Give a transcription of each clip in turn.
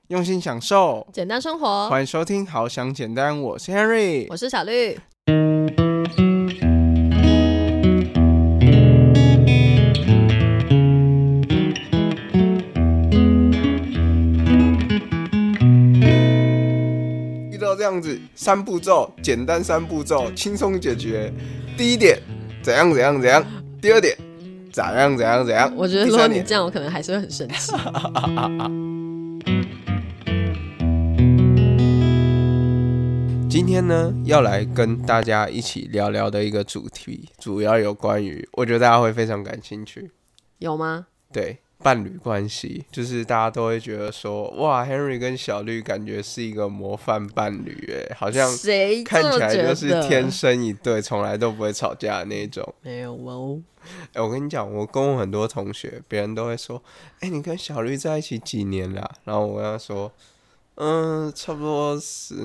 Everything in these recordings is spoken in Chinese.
用心享受简单生活。 欢迎收听好想简单，我是 Henry， 我是小绿。 遇到这样子三步骤，简单三步骤轻松解决。第一点，怎样怎样怎样；第二点，怎样怎样怎样。 我觉得如果你这样，我可能还是会很生气。 今天呢，要来跟大家一起聊聊的一个主题，主要有关于，我觉得大家会非常感兴趣。 有吗？ 对，伴侣关系，就是大家都会觉得说，哇 ，Henry 跟小绿感觉是一个模范伴侣，好像看起来就是天生一对，从来都不会吵架的那种。 没有哦。 我跟你讲，我跟我很多同学，别人都会说，你跟小绿在一起几年啦？然后我跟他说，差不多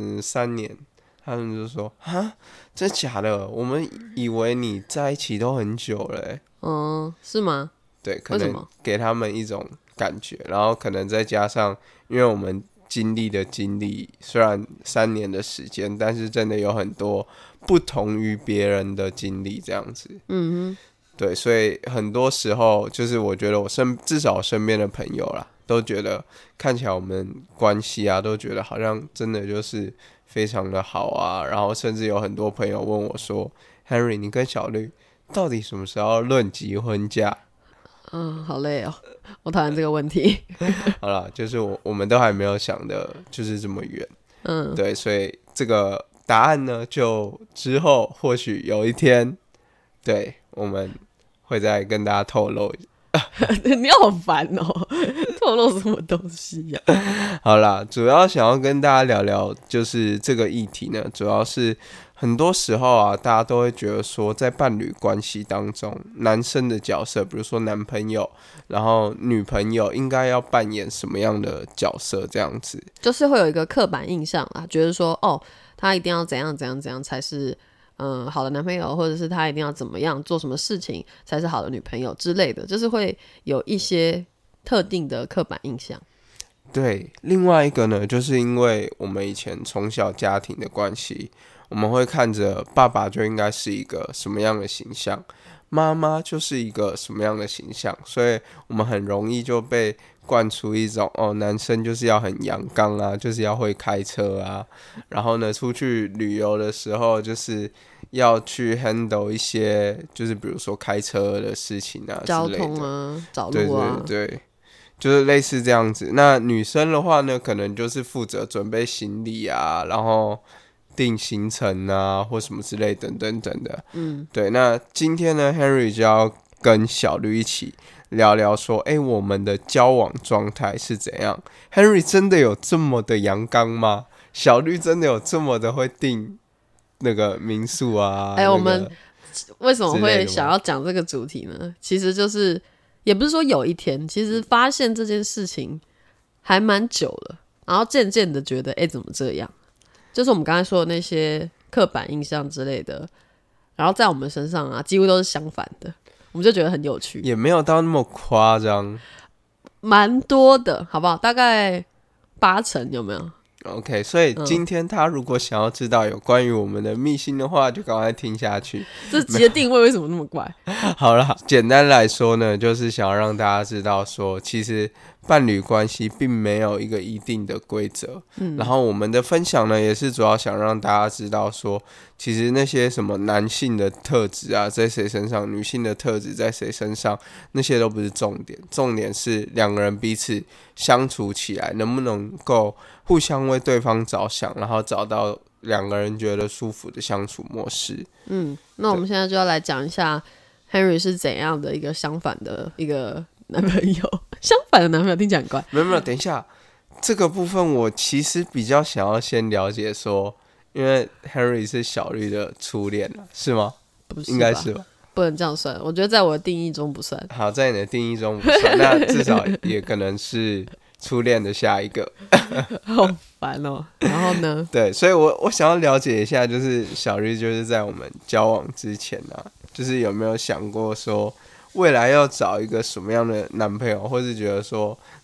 3年。他们就说，哈，真的假的？我们以为你在一起都很久了。 是吗？ 对，可能给他们一种感觉，然后可能再加上，因为我们经历虽然3年的时间，但是真的有很多不同于别人的经历，这样子。对，所以很多时候就是我觉得至少我身边的朋友啦，都觉得看起来我们关系啊，都觉得好像真的就是非常的好啊，然后甚至有很多朋友问我说 ，Henry， 你跟小绿到底什么时候论及婚嫁？ 好累哦，我讨厌这个问题。 好啦，就是我们都还没有想的，就是这么远。对，所以这个答案呢，就之后或许有一天，对，我们会再跟大家透露。 你好烦哦，透露什么东西呀？ 好啦，主要想要跟大家聊聊，就是这个议题呢，主要是很多时候啊，大家都会觉得说，在伴侣关系当中，男生的角色，比如说男朋友，然后女朋友，应该要扮演什么样的角色？这样子， 就是会有一个刻板印象啦，觉得说，他一定要怎样怎样怎样才是好的男朋友，或者是他一定要怎么样做什么事情才是好的女朋友之类的，就是会有一些特定的刻板印象。 对，另外一个呢，就是因为我们以前从小家庭的关系，我们会看着爸爸就应该是一个什么样的形象，妈妈就是一个什么样的形象，所以我们很容易就被灌出一种男生就是要很阳刚啊，就是要会开车啊，然后呢，出去旅游的时候就是要去 handle 一些，就是比如说开车的事情啊之类的， 交通啊，找路啊， 对，就是类似这样子。那女生的话呢，可能就是负责准备行李啊，然后定行程啊，或什么之类等等等的。对。那今天呢 ，Henry 就要跟小绿一起聊聊说，我们的交往状态是怎样 ？Henry 真的有这么的阳刚吗？小绿真的有这么的会订那个民宿啊？ 我们为什么会想要讲这个主题呢？其实就是也不是说有一天，其实发现这件事情还蛮久了，然后渐渐的觉得，怎么这样？就是我们刚才说的那些刻板印象之类的，然后在我们身上啊，几乎都是相反的，我们就觉得很有趣。 也没有到那么夸张， 蛮多的，好不好？大概80%有没有？ OK， 所以今天他如果想要知道有关于我们的秘辛的话，就赶快听下去。 这集的定位为什么那么怪？ 好啦，简单来说呢，就是想要让大家知道说，其实伴侣关系并没有一个一定的规则。然后我们的分享呢，也是主要想让大家知道说，其实那些什么男性的特质啊，在谁身上，女性的特质在谁身上，那些都不是重点，重点是两个人彼此相处起来能不能够互相为对方着想，然后找到两个人觉得舒服的相处模式。 那我们现在就要来讲一下 Henry 是怎样的一个相反的一个男朋友。相反的男朋友听起来很怪。 没有，等一下，这个部分我其实比较想要先了解说，因为 Henry 是小绿的初恋了，是吗？ 不是吧？ 应该是吧？ 不能这样算，我觉得在我的定义中不算。 好，在你的定义中不算，那至少也可能是初恋的下一个。 好烦哦。然后呢？ 对，所以我想要了解一下，就是小绿就是在我们交往之前啊，就是有没有想过说未来要找一个什么样的男朋友，或是觉得说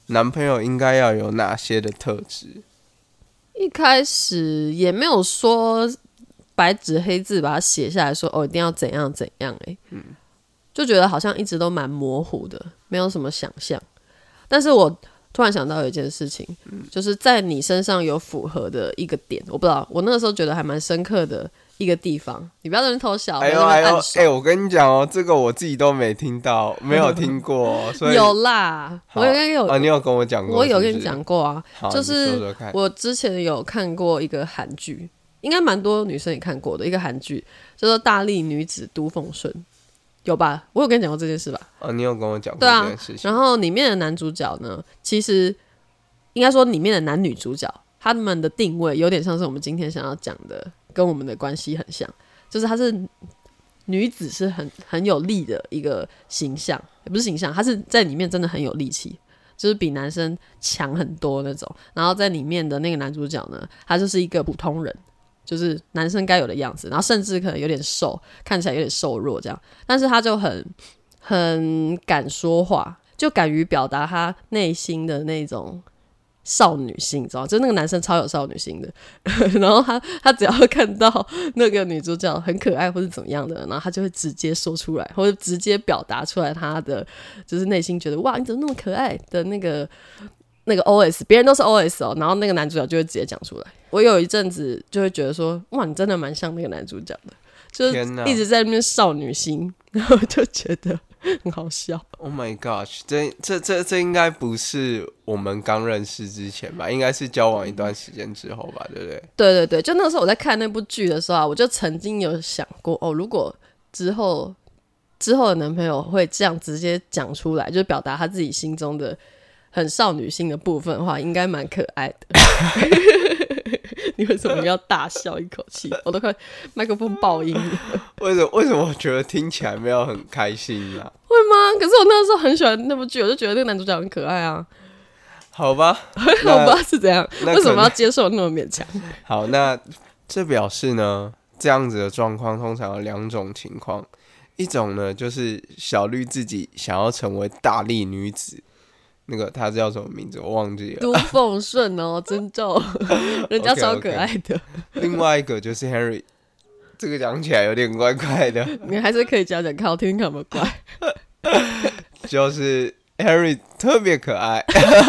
男朋友应该要有哪些的特质？ 一开始也没有说白纸黑字把它写下来说一定要怎样怎样就觉得好像一直都蛮模糊的，没有什么想象。但是我突然想到有一件事情，就是在你身上有符合的一个点，我不知道，我那个时候觉得还蛮深刻的一个地方。你不要在那边偷笑， 我跟你讲这个我自己都没听到，没有听过所以有啦，我应该有你有跟我讲过， 我有跟你讲过啊。就是说说看， 我之前有看过一个韩剧，应该蛮多女生也看过的一个韩剧，叫做《大力女子都奉顺》。有吧？我有跟你讲过这件事吧？ 你有跟我讲过这件事情。 然后里面的男主角呢，其实应该说里面的男女主角，他们的定位有点像是我们今天想要讲的，跟我们的关系很像，就是他是女子是很有力的一个形象，也不是形象，他是在里面真的很有力气，就是比男生强很多那种。然后在里面的那个男主角呢，他就是一个普通人。就是男生该有的样子，然后甚至可能有点瘦，看起来有点瘦弱这样，但是他就很敢说话，就敢于表达他内心的那种少女心，你知道吗？就那个男生超有少女心的然后他只要看到那个女主角很可爱或是怎么样的，然后他就会直接说出来，或者直接表达出来他的就是内心觉得哇你怎么那么可爱的那个 OS， 别人都是 OS 然后那个男主角就会直接讲出来。我有一阵子就会觉得说哇你真的蛮像那个男主角的，就是一直在那边少女心，然后就觉得很好笑。 Oh my gosh， 这应该不是我们刚认识之前吧，应该是交往一段时间之后吧，对不对？ 对对对，就那个时候我在看那部剧的时候我就曾经有想过如果之后的男朋友会这样直接讲出来，就表达他自己心中的很少女心的部分的话，应该蛮可爱的你为什么要大笑一口气？我都快麦克风爆音了为什么我觉得听起来没有很开心啊？ 会吗？可是我那时候很喜欢那部剧，我就觉得那个男主角很可爱啊。 好吧我不知道是怎样，为什么要接受那么勉强？ 好，那这表示呢，这样子的状况通常有两种情况，一种呢就是小绿自己想要成为大力女子，那个他叫什么名字我忘记了， 都奉顺真咒人家超可爱的 okay. 另外一个就是 Henry， 这个讲起来有点怪怪的你还是可以讲讲看，我听听看有没有怪就是 Henry 特别可爱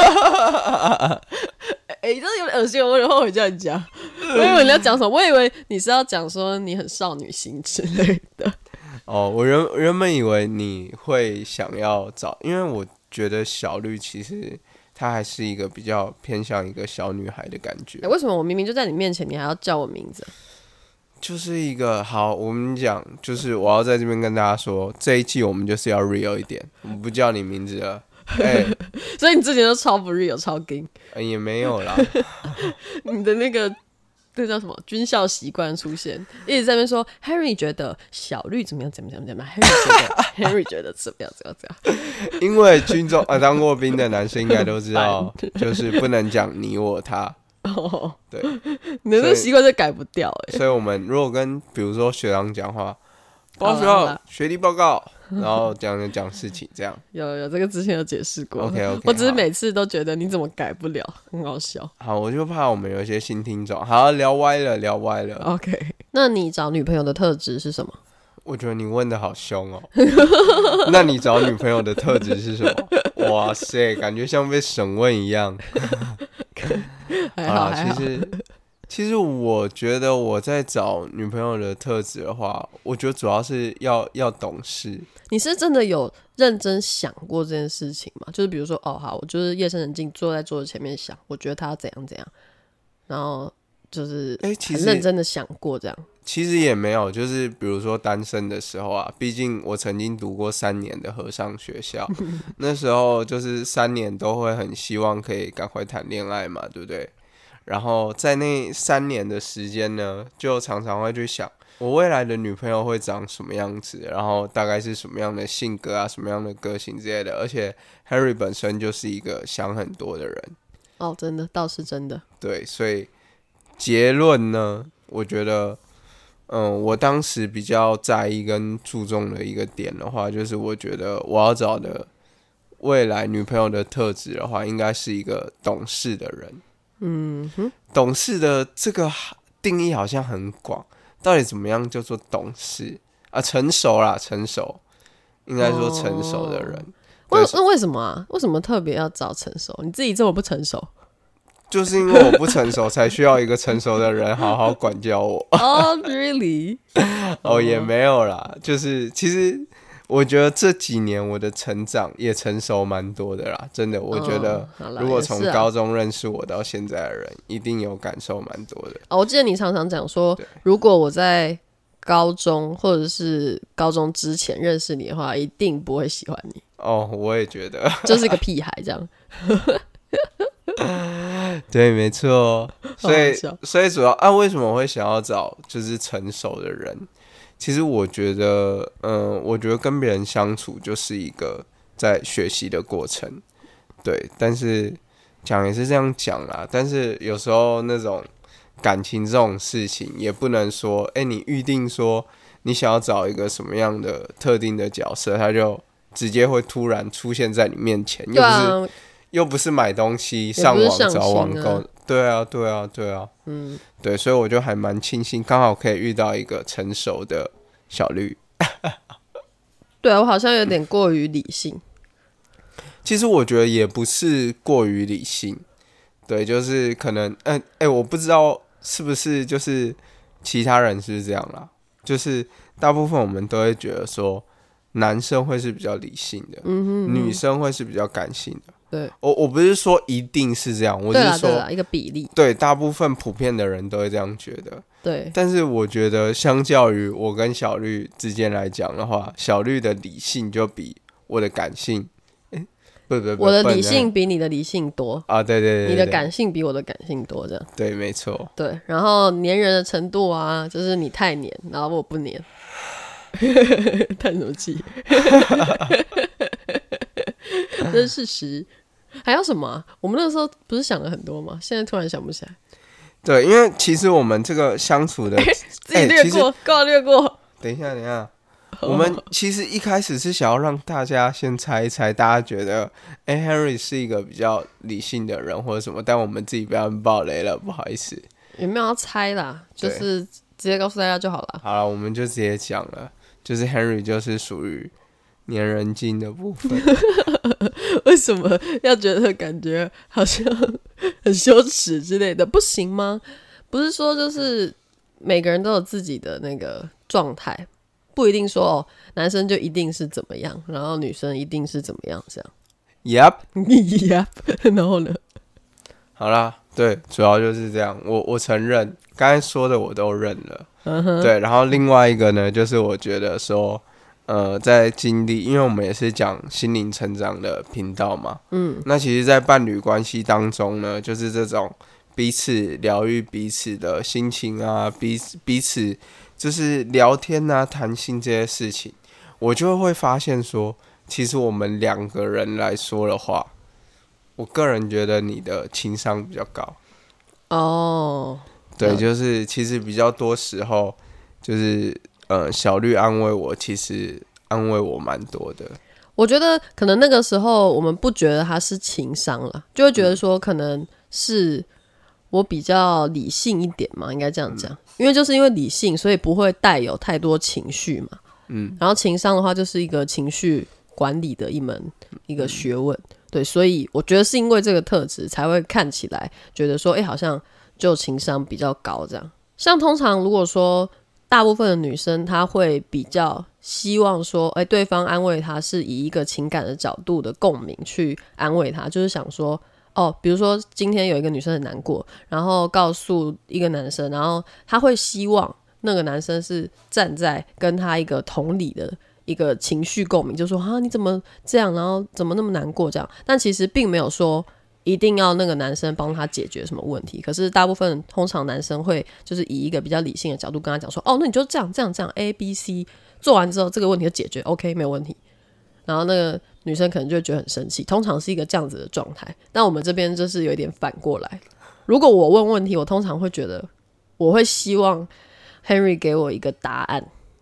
真的有点恶心，我有点后悔叫你讲我以为你要讲什么，我以为你是要讲说你很少女心之类的我原本以为你会想要找，因为我觉得小绿其实她还是一个比较偏向一个小女孩的感觉。 为什么我明明就在你面前，你还要叫我名字？ 就是一个好，我们讲，就是我要在这边跟大家说，这一季我们就是要 real 一点，我们不叫你名字了。 所以你之前都超不 real 超 gay， 也没有啦。 你的那个叫什么军校习惯出现，一直在那边说 Henry 觉得小绿怎么样怎么样怎么样，Henry 觉得怎么样怎么样。 因为军中当过兵的男生应该都知道，就是不能讲你我他。对， 你的这个习惯就改不掉所以我们如果跟比如说学长讲话，报告学弟报告，然后讲事情这样。 有这个之前有解释过。 OK， 我只是每次都觉得你怎么改不了，很好笑。 好，我就怕我们有一些新听众。好，聊歪了。 OK， 那你找女朋友的特质是什么？ 我觉得你问的好凶哦。那你找女朋友的特质是什么？哇塞，感觉像被审问一样。 还好。 其实我觉得我在找女朋友的特质的话，我觉得主要是要懂事。 你是真的有认真想过这件事情吗？就是比如说好，我就是夜深人静坐在桌子前面想，我觉得他要怎样怎样，然后就是很认真的想过这样。 其实也没有，就是比如说单身的时候啊，毕竟我曾经读过3年的和尚学校那时候就是3年都会很希望可以赶快谈恋爱嘛，对不对？然后在那3年的时间呢，就常常会去想我未来的女朋友会长什么样子，然后大概是什么样的性格啊，什么样的个性之类的。而且 Harry 本身就是一个想很多的人。 真的，倒是真的。 对，所以结论呢，我觉得我当时比较在意跟注重的一个点的话，就是我觉得我要找的未来女朋友的特质的话，应该是一个懂事的人。懂事的这个定义好像很广，到底怎么样叫做懂事啊？成熟啦，成熟，应该说成熟的人。 那为什么啊？为什么特别要找成熟？你自己这么不成熟？ 就是因为我不成熟，才需要一个成熟的人好好管教我。 Really？ 也没有啦，就是其实我觉得这几年我的成长也成熟蛮多的啦，真的，我觉得如果从高中认识我到现在的人，一定有感受蛮多的。 我记得你常常讲说，如果我在高中或者是高中之前认识你的话，一定不会喜欢你。 我也觉得， 就是个屁孩这样。 对，没错。所以主要为什么会想要找就是成熟的人？其实我觉得，我觉得跟别人相处就是一个在学习的过程。对，但是讲也是这样讲啦，但是有时候那种感情这种事情，也不能说，你预定说你想要找一个什么样的特定的角色，他就直接会突然出现在你面前，又不是买东西上网找网购，对啊，对，所以我就还蛮庆幸，刚好可以遇到一个成熟的小绿。 对啊，我好像有点过于理性。 其实我觉得也不是过于理性，对，就是可能，我不知道是不是就是其他人是不是这样啦，就是大部分我们都会觉得说，男生会是比较理性的，女生会是比较感性的。 对， 我不是说一定是这样，我是说一个比例。 对，大部分普遍的人都会这样觉得。 对， 但是我觉得，相较于我跟小绿之间来讲的话，小绿的理性就比我的感性，不， 我的理性比你的理性多啊，对， 你的感性比我的感性多，这样。 对，没错。 对，然后黏人的程度啊，就是你太黏，然后我不黏。叹什么气？这是事实。还有什么啊？我们那个时候不是想了很多吗？现在突然想不起来。 对，因为其实我们这个相处的自己略过，刚好略过。 等一下，我们其实一开始是想要让大家先猜一猜，大家觉得Henry 是一个比较理性的人或者什么，但我们自己不要爆雷了，不好意思。 也没有要猜啦，就是直接告诉大家就好了。 好了，我们就直接讲了，就是 Henry 就是属于黏人精的部分。 为什么要觉得感觉好像很羞耻之类的？不行吗？不是说就是每个人都有自己的那个状态，不一定说男生就一定是怎么样，然后女生一定是怎么样这样。 Yep 然后呢？ 好啦，对，主要就是这样。我承认，刚才说的我都认了。对，然后另外一个呢，就是我觉得说。在经历，因为我们也是讲心灵成长的频道嘛，那其实，在伴侣关系当中呢，就是这种彼此疗愈彼此的心情啊，彼此就是聊天啊、谈心这些事情，我就会发现说，其实我们两个人来说的话，我个人觉得你的情商比较高。对，就是其实比较多时候就是。小绿安慰我，其实安慰我蛮多的。 我觉得可能那个时候我们不觉得他是情商了，就会觉得说可能是我比较理性一点嘛，应该这样讲。因为就是因为理性，所以不会带有太多情绪嘛。然后情商的话，就是一个情绪管理的一个学问。对，所以我觉得是因为这个特质才会看起来觉得说，好像就情商比较高这样。像通常如果说。大部分的女生她会比较希望说对方安慰她是以一个情感的角度的共鸣去安慰她，就是想说比如说今天有一个女生很难过，然后告诉一个男生，然后她会希望那个男生是站在跟她一个同理的一个情绪共鸣，就说你怎么这样，然后怎么那么难过这样，但其实并没有说一定要那个男生帮他解决什么问题，可是大部分通常男生会就是以一个比较理性的角度跟他讲说那你就这样 A B C 做完之后这个问题就解决 OK 没有问题，然后那个女生可能就会觉得很生气，通常是一个这样子的状态。但我们这边就是有点反过来，如果我问问题，我通常会觉得我会希望 Henry 给我一个答案，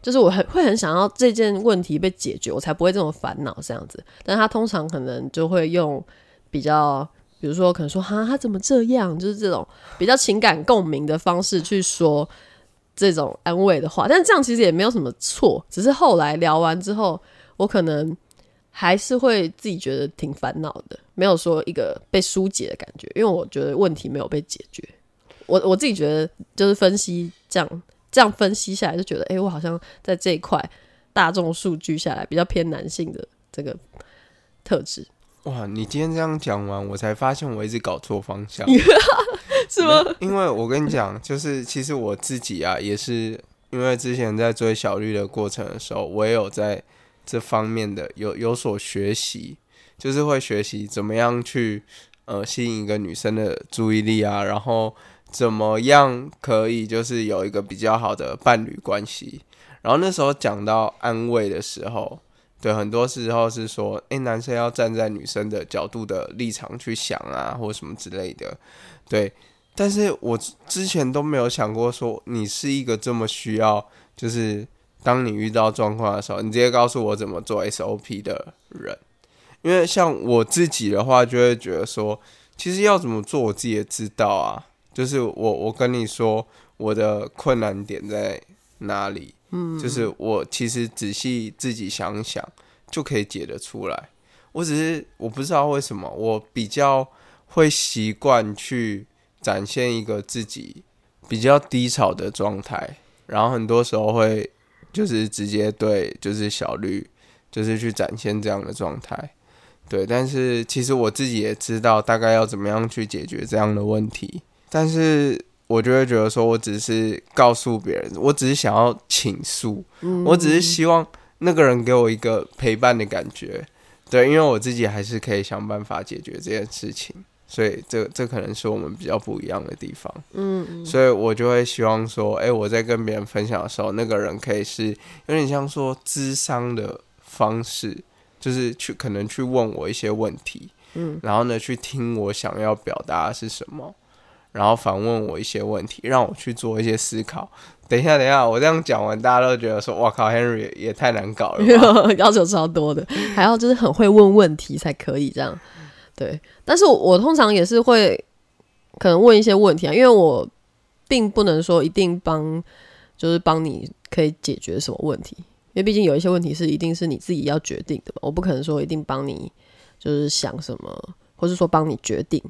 就是我会很想要这件问题被解决，我才不会这种烦恼这样子。但他通常可能就会用比较，比如说可能说哈他怎么这样，就是这种比较情感共鸣的方式去说这种安慰的话。但是这样其实也没有什么错，只是后来聊完之后，我可能还是会自己觉得挺烦恼的，没有说一个被疏解的感觉，因为我觉得问题没有被解决。我自己觉得就是分析这样分析下来，就觉得我好像在这一块大众数据下来比较偏男性的这个特质。 哇，你今天这样讲完，我才发现我一直搞错方向， 是吗？ 因为我跟你讲，就是其实我自己啊，也是因为之前在追小绿的过程的时候，我也有在这方面的有所学习，就是会学习怎么样去吸引一个女生的注意力啊，然后怎么样可以就是有一个比较好的伴侣关系。然后那时候讲到安慰的时候，对，很多时候是说男生要站在女生的角度的立场去想啊，或什么之类的，对。但是我之前都没有想过说你是一个这么需要，就是当你遇到状况的时候，你直接告诉我怎么做 SOP 的人。因为像我自己的话，就会觉得说其实要怎么做我自己也知道啊，就是我跟你说我的困难点在哪里，就是我其实仔细自己想想就可以解得出来。我不知道为什么我比较会习惯去展现一个自己比较低潮的状态，然后很多时候会就是直接对就是小绿就是去展现这样的状态。对，但是其实我自己也知道大概要怎么样去解决这样的问题，但是我就会觉得说我只是告诉别人，我只是想要倾诉，我只是希望那个人给我一个陪伴的感觉。对，因为我自己还是可以想办法解决这件事情，所以这可能是我们比较不一样的地方。所以我就会希望说我在跟别人分享的时候，那个人可以是有点像说諮商的方式，就是可能去问我一些问题，然后呢去听我想要表达的是什么，然后反问我一些问题，让我去做一些思考。等一下，我这样讲完，大家都觉得说，哇靠 ，Henry 也太难搞了吧， 要求超多的，还要就是很会问问题才可以这样。对，但是我通常也是会可能问一些问题啊，因为我并不能说一定帮你可以解决什么问题，因为毕竟有一些问题是一定是你自己要决定的嘛，我不可能说一定帮你就是想什么，或是说帮你决定。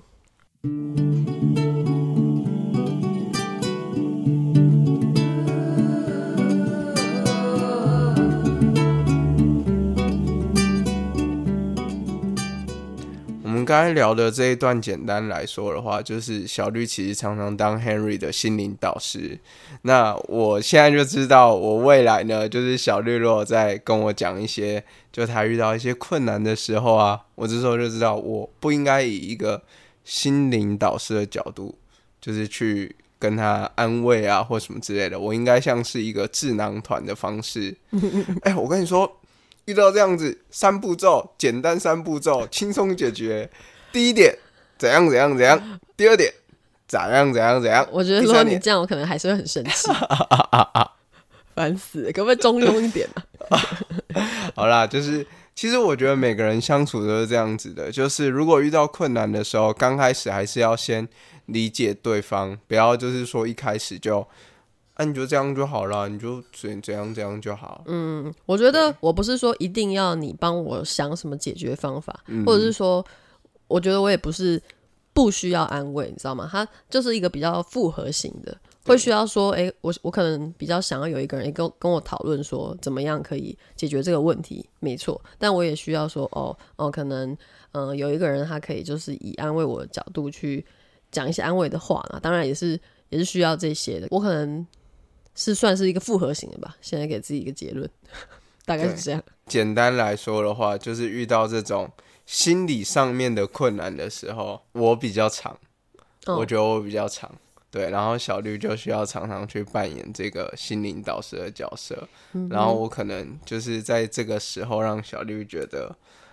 我们刚才聊的这一段，简单来说的话，就是小绿其实常常当 Henry 的心灵导师。那我现在就知道，我未来呢，就是小绿如果在跟我讲一些，就他遇到一些困难的时候啊，我这时候就知道，我不应该以一个心灵导师的角度，就是去跟他安慰啊或什么之类的，我应该像是一个智囊团的方式。我跟你说，遇到这样子3步骤，简单3步骤，轻松解决。第一点，怎样怎样怎样；第二点，怎样怎样怎样。 我觉得如果你这样，我可能还是会很生气，烦死了，可不可以中庸一点啊？ 好啦，就是其实我觉得每个人相处都是这样子的，就是如果遇到困难的时候，刚开始还是要先理解对方，不要就是说一开始就你就这样就好了，你就怎样怎样就好。 我觉得我不是说一定要你帮我想什么解决方法，或者是说，我觉得我也不是不需要安慰，你知道吗？它就是一个比较复合型的，会需要说，我可能比较想要有一个人跟我讨论说，怎么样可以解决这个问题，没错。但我也需要说，可能有一个人他可以就是以安慰我的角度去讲一些安慰的话啦，当然也是需要这些的。我可能是算是一个复合型的吧，现在给自己一个结论，大概是这样。 简单来说的话，就是遇到这种心理上面的困难的时候，我比较长，我觉得我比较长，对，然后小绿就需要常常去扮演这个心灵导师的角色，然后我可能就是在这个时候让小绿觉得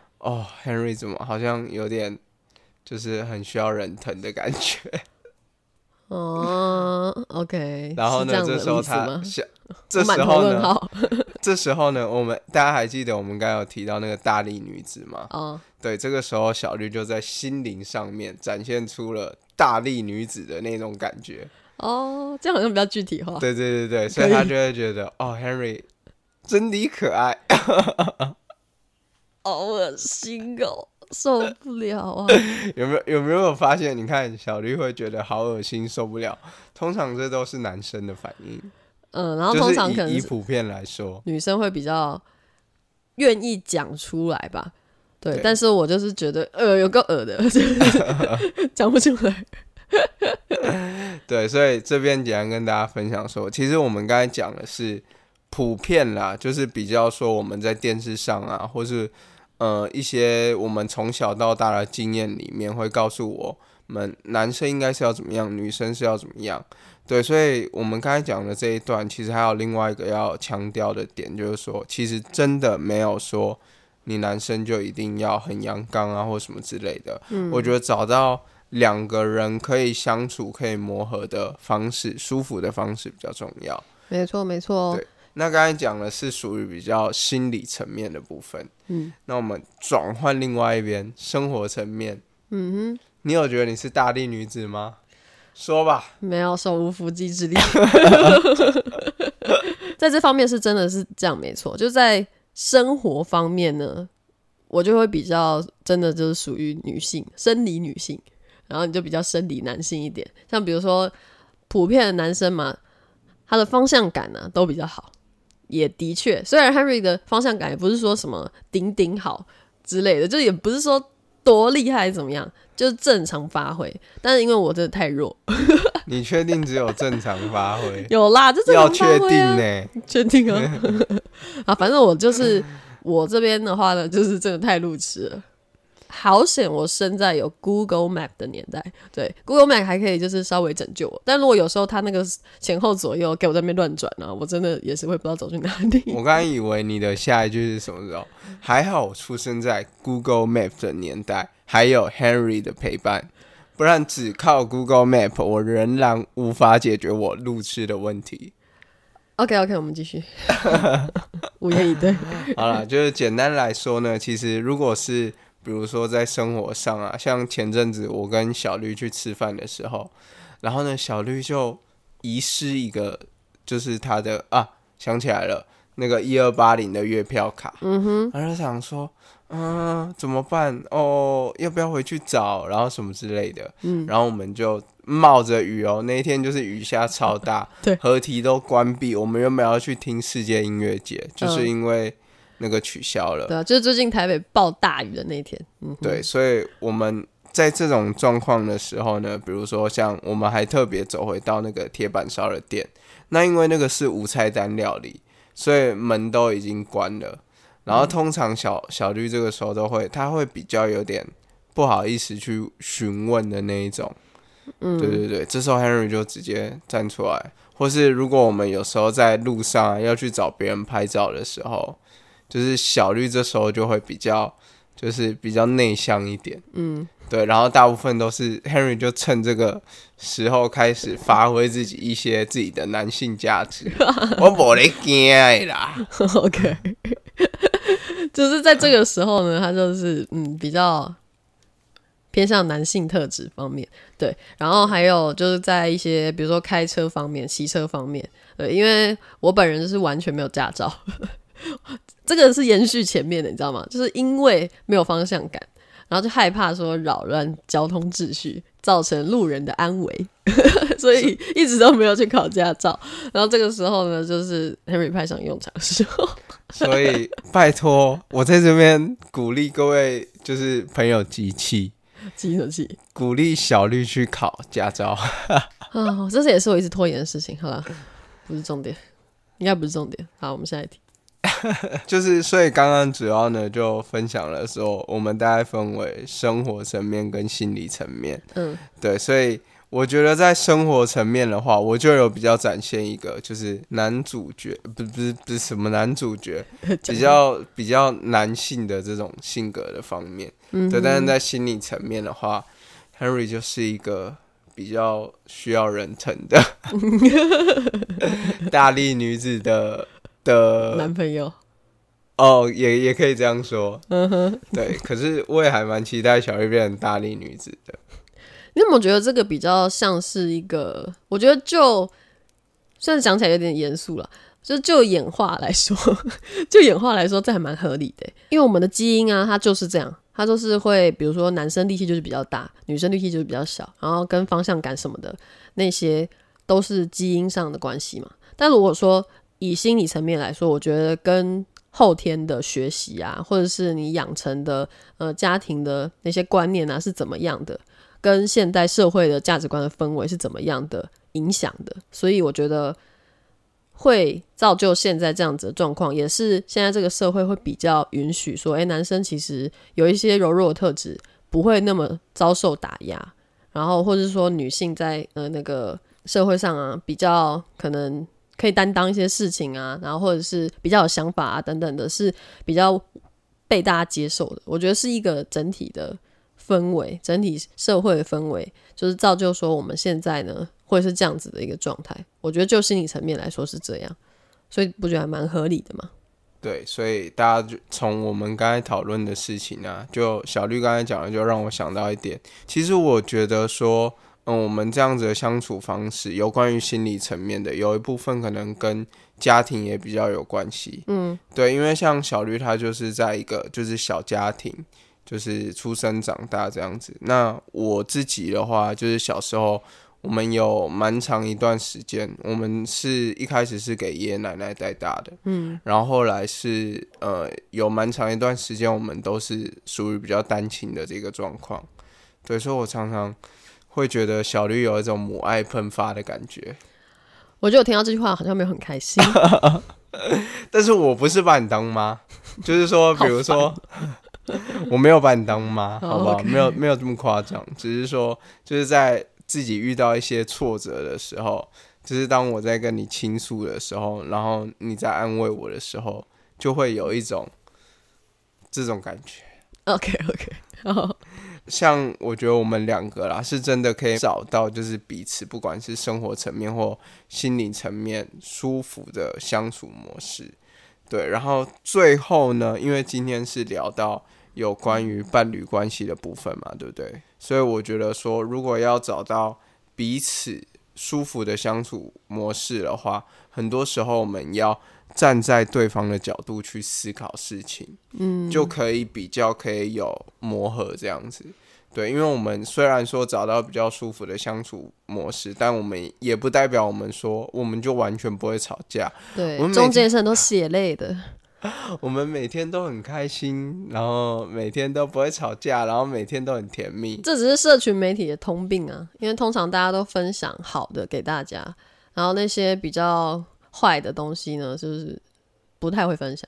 ，Henry 怎么好像有点就是很需要人疼的感觉。 OK， 然后呢，这时候这时候呢，这时候呢，大家还记得我们刚才有提到那个大力女子吗？对，这个时候小绿就在心灵上面展现出了大力女子的那种感觉。 这样好像比较具体化。 对对对对，所以他就会觉得Henry 真的可爱。 好恶心哦，受不了啊！ 有没有发现？你看小绿会觉得好恶心，受不了。通常这都是男生的反应。 然后通常可能以普遍来说， 女生会比较愿意讲出来吧。对，但是我就是觉得有够恶的，讲不出来。 对，所以这边简单跟大家分享说，其实我们刚才讲的是普遍啦，就是比较说我们在电视上啊，或是一些我们从小到大的经验里面会告诉我们，男生应该是要怎么样，女生是要怎么样。对，所以我们刚才讲的这一段，其实还有另外一个要强调的点，就是说，其实真的没有说你男生就一定要很阳刚啊，或什么之类的。我觉得找到两个人可以相处、可以磨合的方式，舒服的方式比较重要。 没错，没错。 对，那刚才讲的是属于比较心理层面的部分。那我们转换另外一边，生活层面。你有觉得你是大力女子吗？说吧。 没有，手无缚鸡之力。在这方面是真的是这样，没错。就在生活方面呢，我就会比较真的就是属于女性，生理女性。然后你就比较生理男性一点，像比如说普遍的男生嘛，他的方向感呢都比较好，也的确，虽然 Henry 的方向感也不是说什么顶好之类的，就也不是说多厉害怎么样，就是正常发挥，但是因为我真的太弱。 你确定只有正常发挥？ 有啦，就正常发挥要确定呢？ 确定啊。反正我就是我这边的话呢，就是真的太路痴了。好险我生在有 Google Map 的年代，对 Google Map 还可以就是稍微拯救我，但如果有时候他那个前后左右给我在那边乱转啊，我真的也是会不知道走去哪里。 我刚才以为你的下一句是什么时候？还好我出生在 Google Map 的年代，还有 Henry 的陪伴，不然只靠 Google Map 我仍然无法解决我路痴的问题。 OK， 我们继续。无言以对。 好啦，就是简单来说呢，其实如果是比如说在生活上啊，像前阵子我跟小绿去吃饭的时候，然后呢小绿就遗失一个，就是他的想起来了，那个1280的月票卡。然后就想说怎么办要不要回去找，然后什么之类的。然后我们就冒着雨那一天就是雨下超大， 对， 河堤都关闭，我们原本要去听世界音乐节，就是因为那个取消了。 对啊，就是最近台北暴大雨的那天。 对，所以我们在这种状况的时候呢，比如说像我们还特别走回到那个铁板烧的店，那因为那个是无菜单料理，所以门都已经关了。然后通常小绿这个时候他会比较有点不好意思去询问的那一种。对对对，这时候 Henry 就直接站出来，或是如果我们有时候在路上要去找别人拍照的时候，就是小绿这时候就会比较内向一点。对，然后大部分都是 Henry 就趁这个时候开始发挥自己的男性价值。我没在怕的啦。 OK， 就是在这个时候呢，他就是比较偏向男性特质方面。对，然后还有就是在一些比如说开车方面、骑车方面，对，因为我本人就是完全没有驾照。这个是延续前面的，你知道吗？就是因为没有方向感，然后就害怕说扰乱交通秩序，造成路人的安危，所以一直都没有去考驾照。然后这个时候呢，就是 Henry 派上用场的时候。 所以拜托，我在这边鼓励各位就是朋友集气，鼓励小绿去考驾照。 这也是我一直拖延的事情。好了，不是重点，应该不是重点。好，我们下一题。 就是所以刚刚主要呢就分享了说我们大概分为生活层面跟心理层面。对，所以我觉得在生活层面的话，我就有比较展现一个就是男主角不是什么男主角比较男性的这种性格的方面。对，但是在心理层面的话， Henry 就是一个比较需要人疼的大力女子的男朋友。 也可以这样说。对，可是我也还蛮期待小绿变成大力女子的。 你有没有觉得这个比较像是一个？我觉得虽然讲起来有点严肃了，就演化来说，这还蛮合理的。因为我们的基因啊，它就是这样，它就是会，比如说男生力气就是比较大，女生力气就是比较小，然后跟方向感什么的那些都是基因上的关系嘛。但如果说以心理层面来说，我觉得跟后天的学习啊，或者是你养成的家庭的那些观念啊是怎么样的，跟现代社会的价值观的氛围是怎么样的影响的，所以我觉得会造就现在这样子的状况，也是现在这个社会会比较允许说，男生其实有一些柔弱的特质不会那么遭受打压，然后或者是说女性在那个社会上啊比较可能可以担当一些事情啊，然后或者是比较有想法啊等等的，是比较被大家接受的。我觉得是一个整体的氛围，整体社会的氛围，就是造就说我们现在呢会是这样子的一个状态。我觉得就心理层面来说是这样，所以不觉得还蛮合理的吗？ 对，所以大家就从我们刚才讨论的事情啊，就小绿刚才讲的，就让我想到一点。其实我觉得说我们这样子的相处方式，有关于心理层面的，有一部分可能跟家庭也比较有关系。对，因为像小绿她就是在一个就是小家庭，就是出生长大这样子。那我自己的话，就是小时候我们有蛮长一段时间，我们是一开始是给爷爷奶奶带大的，然后后来是有蛮长一段时间，我们都是属于比较单亲的这个状况。对，所以我常常会觉得小绿有一种母爱喷发的感觉。 我觉得我听到这句话好像没有很开心。 但是我不是把你当妈，就是说比如说我没有把你当妈，好不好？ Okay. 没有这么夸张，只是说就是在自己遇到一些挫折的时候，就是当我在跟你倾诉的时候，然后你在安慰我的时候，就会有一种这种感觉。 OK， 像我觉得我们两个啦，是真的可以找到就是彼此不管是生活层面或心理层面舒服的相处模式。对，然后最后呢，因为今天是聊到有关于伴侣关系的部分嘛，对不对？所以我觉得说，如果要找到彼此舒服的相处模式的话，很多时候我们要站在对方的角度去思考事情，就可以比较可以有磨合这样子。对，因为我们虽然说找到比较舒服的相处模式，但我们也不代表我们说我们就完全不会吵架。 对，中间是很多血泪的。 我们每天都很开心，然后每天都不会吵架，然后每天都很甜蜜。 这只是社群媒体的通病啊，因为通常大家都分享好的给大家，然后那些比较坏的东西呢，就是不太会分享。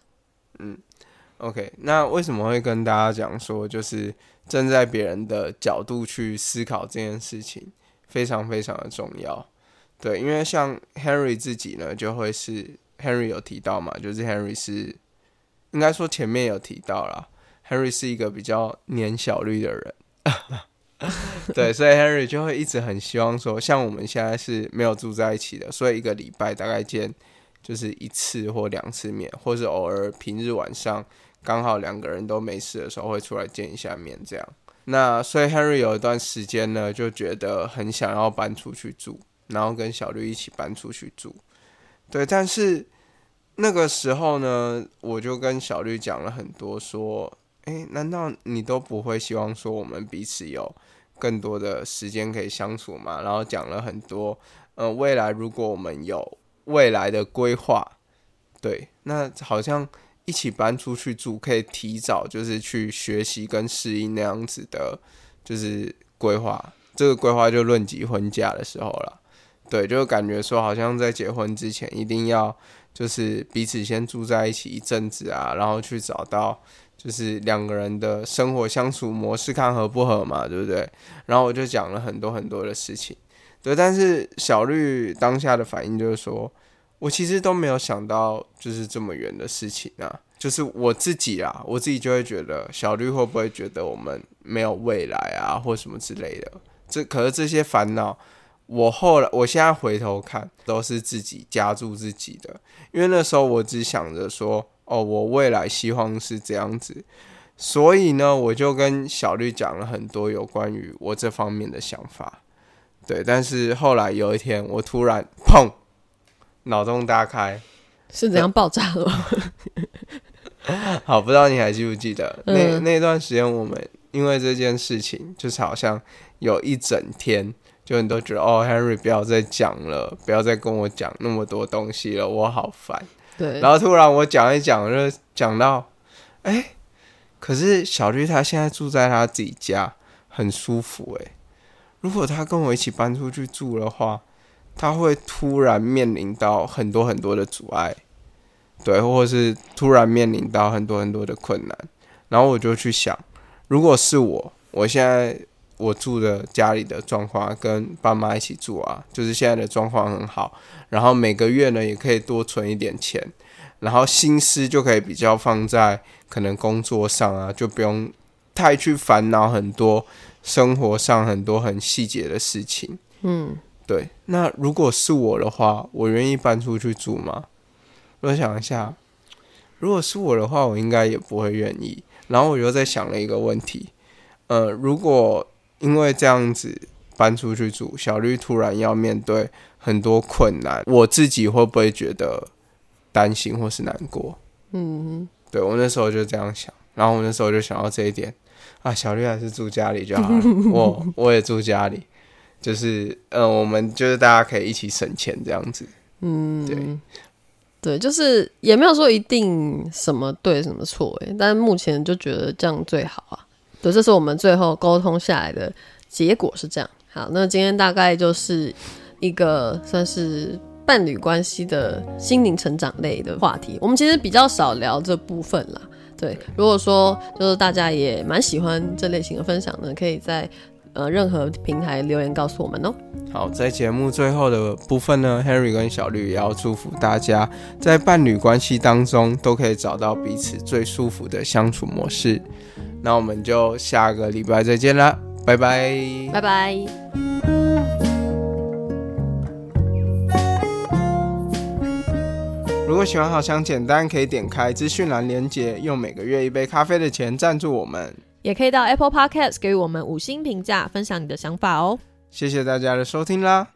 OK， 那为什么会跟大家讲说，就是站在别人的角度去思考这件事情，非常非常的重要。对，因为像 Henry 自己呢，就会是 Henry 有提到嘛，就是 Henry 是应该说前面有提到啦 ，Henry 是一个比较黏小绿的人。对，所以 Henry 就会一直很希望说，像我们现在是没有住在一起的，所以一个礼拜大概见就是1次或2次面，或是偶尔平日晚上刚好2个人都没事的时候会出来见一下面这样。那所以 Henry 有一段时间呢，就觉得很想要搬出去住，然后跟小绿一起搬出去住。对，但是那个时候呢，我就跟小绿讲了很多，说，难道你都不会希望说我们彼此有更多的时间可以相处吗？然后讲了很多，未来如果我们有未来的规划，对，那好像一起搬出去住，可以提早就是去学习跟适应那样子的，就是规划。这个规划就论及婚嫁的时候啦，对，就感觉说好像在结婚之前一定要就是彼此先住在一起一阵子啊，然后去找到就是2个人的生活相处模式看合不合嘛，对不对？然后我就讲了很多很多的事情，对，但是小绿当下的反应就是说，我其实都没有想到就是这么远的事情啊，就是我自己啦，我自己就会觉得小绿会不会觉得我们没有未来啊，或什么之类的。 可是这些烦恼我现在回头看都是自己加注自己的，因为那时候我只想着说我未来希望是这样子，所以呢我就跟小绿讲了很多有关于我这方面的想法。对，但是后来有一天我突然砰，脑洞大开。 是怎样爆炸了吗？ 好，不知道你还记不记得、那段时间我们因为这件事情就是好像有一整天就你都觉得Henry 不要再讲了，不要再跟我讲那么多东西了，我好烦。 对， 然后突然我讲一讲就讲到可是小绿他现在住在他自己家很舒服如果他跟我一起搬出去住的话，他会突然面临到很多很多的阻碍，对，或者是突然面临到很多很多的困难。然后我就去想，如果是我现在我住的家里的状况跟爸妈一起住啊，就是现在的状况很好，然后每个月呢也可以多存一点钱，然后心思就可以比较放在可能工作上啊，就不用太去烦恼很多生活上很多很细节的事情。对，那如果是我的话，我愿意搬出去住吗？我想一下，如果是我的话，我应该也不会愿意。然后我又在想了一个问题，如果因为这样子搬出去住，小绿突然要面对很多困难，我自己会不会觉得担心或是难过？对，我那时候就这样想，然后我那时候就想到这一点啊，小绿还是住家里就好了，我也住家里。就是我们就是大家可以一起省钱这样子。 对，就是也没有说一定什么对什么错但是目前就觉得这样最好啊。对，这是我们最后沟通下来的结果是这样。好，那今天大概就是一个算是伴侣关系的心灵成长类的话题，我们其实比较少聊这部分啦。对，如果说就是大家也蛮喜欢这类型的分享呢，可以在任何平台留言告诉我们哦。 好，在节目最后的部分呢 ，Henry 跟小绿也要祝福大家在伴侣关系当中都可以找到彼此最舒服的相处模式。那我们就下个礼拜再见啦，拜拜， 拜拜。 如果喜欢好想简单，可以点开资讯栏连结，用每个月1杯咖啡的钱赞助我们。 也可以到 Apple Podcast 给予我们5星评价，分享你的想法哦。 谢谢大家的收听啦。